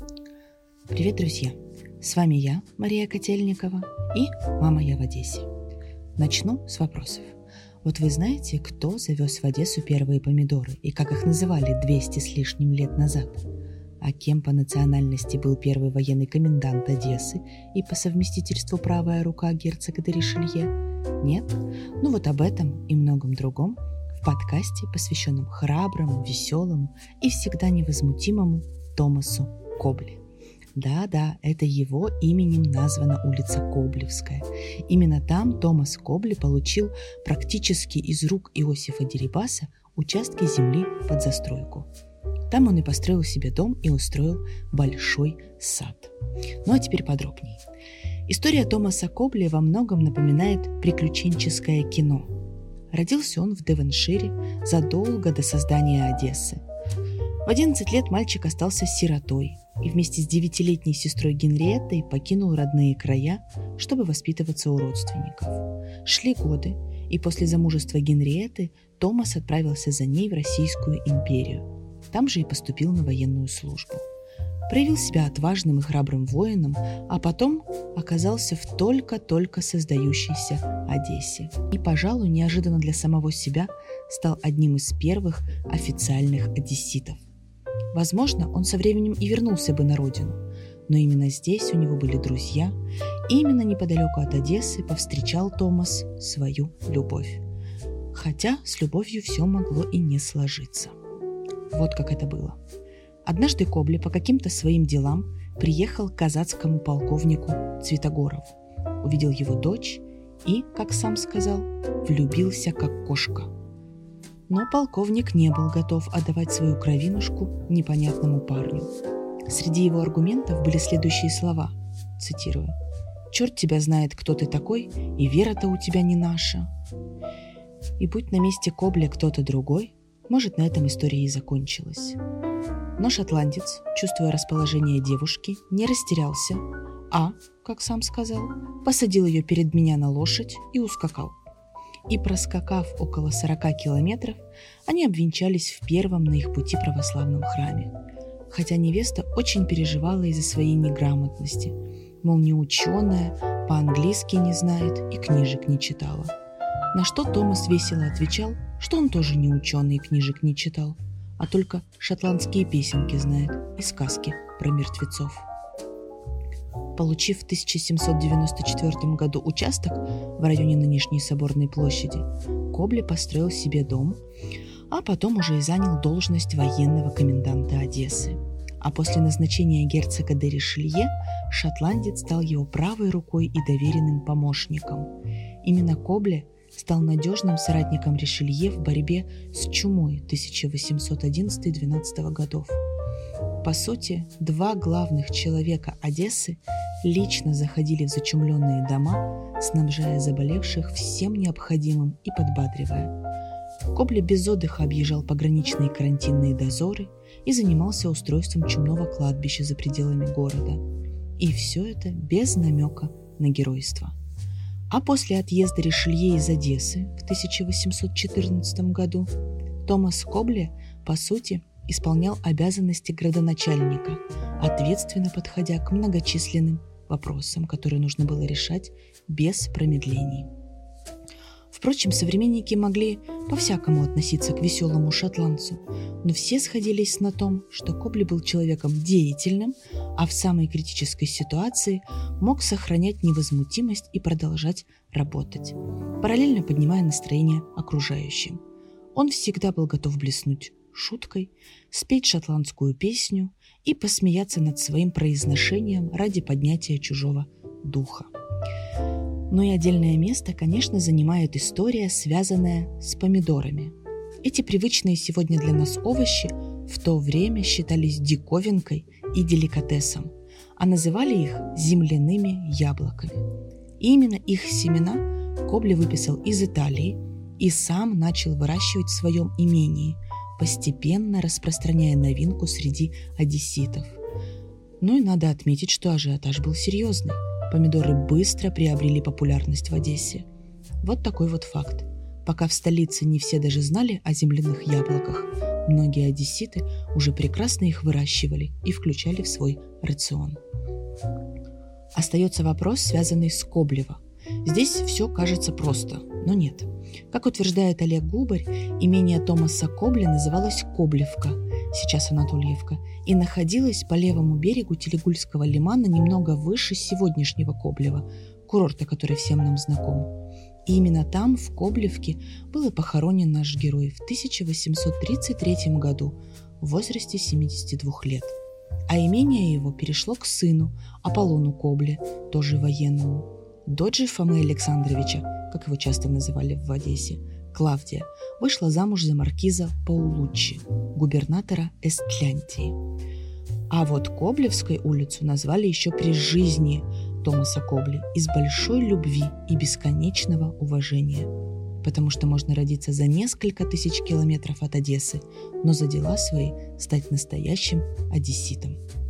Привет, друзья! С вами я, Мария Котельникова, и «Мама, я в Одессе». Начну с вопросов. Вот вы знаете, кто завез в Одессу первые помидоры и как их называли 200 с лишним лет назад? А кем по национальности был первый военный комендант Одессы и по совместительству правая рука герцога де Ришелье? Нет? Ну вот об этом и многом другом в подкасте, посвященном храброму, веселому и всегда невозмутимому Томасу Кобле. Да, это его именем названа улица Коблевская. Именно там Томас Кобле получил практически из рук Иосифа Дерибаса участки земли под застройку. Там он и построил себе дом и устроил большой сад. Ну а теперь подробнее. История Томаса Кобле во многом напоминает приключенческое кино. Родился он в Девоншире задолго до создания Одессы. В 11 лет мальчик остался сиротой и вместе с 9-летней сестрой Генриеттой покинул родные края, чтобы воспитываться у родственников. Шли годы, и после замужества Генриетты Томас отправился за ней в Российскую империю. Там же и поступил на военную службу. Проявил себя отважным и храбрым воином, а потом оказался в только-только создающейся Одессе. И, пожалуй, неожиданно для самого себя стал одним из первых официальных одесситов. Возможно, он со временем и вернулся бы на родину, но именно здесь у него были друзья, и именно неподалеку от Одессы повстречал Томас свою любовь. Хотя с любовью все могло и не сложиться. Вот как это было. Однажды Кобле по каким-то своим делам приехал к казацкому полковнику Цвитогорову, увидел его дочь и, как сам сказал, влюбился как кошка. Но полковник не был готов отдавать свою кровинушку непонятному парню. Среди его аргументов были следующие слова, цитирую: «Черт тебя знает, кто ты такой, и вера-то у тебя не наша». И будь на месте Кобле кто-то другой, может, на этом история и закончилась. Но шотландец, чувствуя расположение девушки, не растерялся, а, как сам сказал, посадил ее перед меня на лошадь и ускакал. И, проскакав около 40 километров, они обвенчались в первом на их пути православном храме. Хотя невеста очень переживала из-за своей неграмотности, мол, не ученая, по-английски не знает и книжек не читала. На что Томас весело отвечал, что он тоже не ученый и книжек не читал, а только шотландские песенки знает и сказки про мертвецов. Получив в 1794 году участок в районе нынешней Соборной площади, Кобле построил себе дом, а потом уже и занял должность военного коменданта Одессы. А после назначения герцога де Ришелье шотландец стал его правой рукой и доверенным помощником. Именно Кобле стал надежным соратником Ришелье в борьбе с чумой 1811-12 годов. По сути, два главных человека Одессы лично заходили в зачумленные дома, снабжая заболевших всем необходимым и подбадривая. Кобле без отдыха объезжал пограничные карантинные дозоры и занимался устройством чумного кладбища за пределами города. И все это без намека на геройство. А после отъезда Ришелье из Одессы в 1814 году Томас Кобле, по сути, исполнял обязанности градоначальника, ответственно подходя к многочисленным вопросам, которые нужно было решать без промедлений. Впрочем, современники могли по-всякому относиться к веселому шотландцу, но все сходились на том, что Кобле был человеком деятельным, а в самой критической ситуации мог сохранять невозмутимость и продолжать работать, параллельно поднимая настроение окружающим. Он всегда был готов блеснуть шуткой, спеть шотландскую песню и посмеяться над своим произношением ради поднятия чужого духа. Но и отдельное место, конечно, занимает история, связанная с помидорами. Эти привычные сегодня для нас овощи в то время считались диковинкой и деликатесом, а называли их земляными яблоками. И именно их семена Кобле выписал из Италии и сам начал выращивать в своем имении, постепенно распространяя новинку среди одесситов. Ну и надо отметить, что ажиотаж был серьезный. Помидоры быстро приобрели популярность в Одессе. Вот такой вот факт. Пока в столице не все даже знали о земляных яблоках, многие одесситы уже прекрасно их выращивали и включали в свой рацион. Остается вопрос, связанный с Коблево. Здесь все кажется просто, но нет. Как утверждает Олег Губарь, имение Томаса Кобли называлось Коблевка, сейчас Анатольевка, и находилось по левому берегу Телегульского лимана немного выше сегодняшнего Коблева, курорта, который всем нам знаком. И именно там, в Коблевке, был и похоронен наш герой в 1833 году в возрасте 72 лет. А имение его перешло к сыну, Аполлону Кобле, тоже военному. Дочь же Фомы Александровича, как его часто называли в Одессе, Клавдия, вышла замуж за маркиза Паулуччи, губернатора Эстлянтии. А вот Коблевской улицу назвали еще при жизни Томаса Кобли из большой любви и бесконечного уважения, потому что можно родиться за несколько тысяч километров от Одессы, но за дела свои стать настоящим одесситом.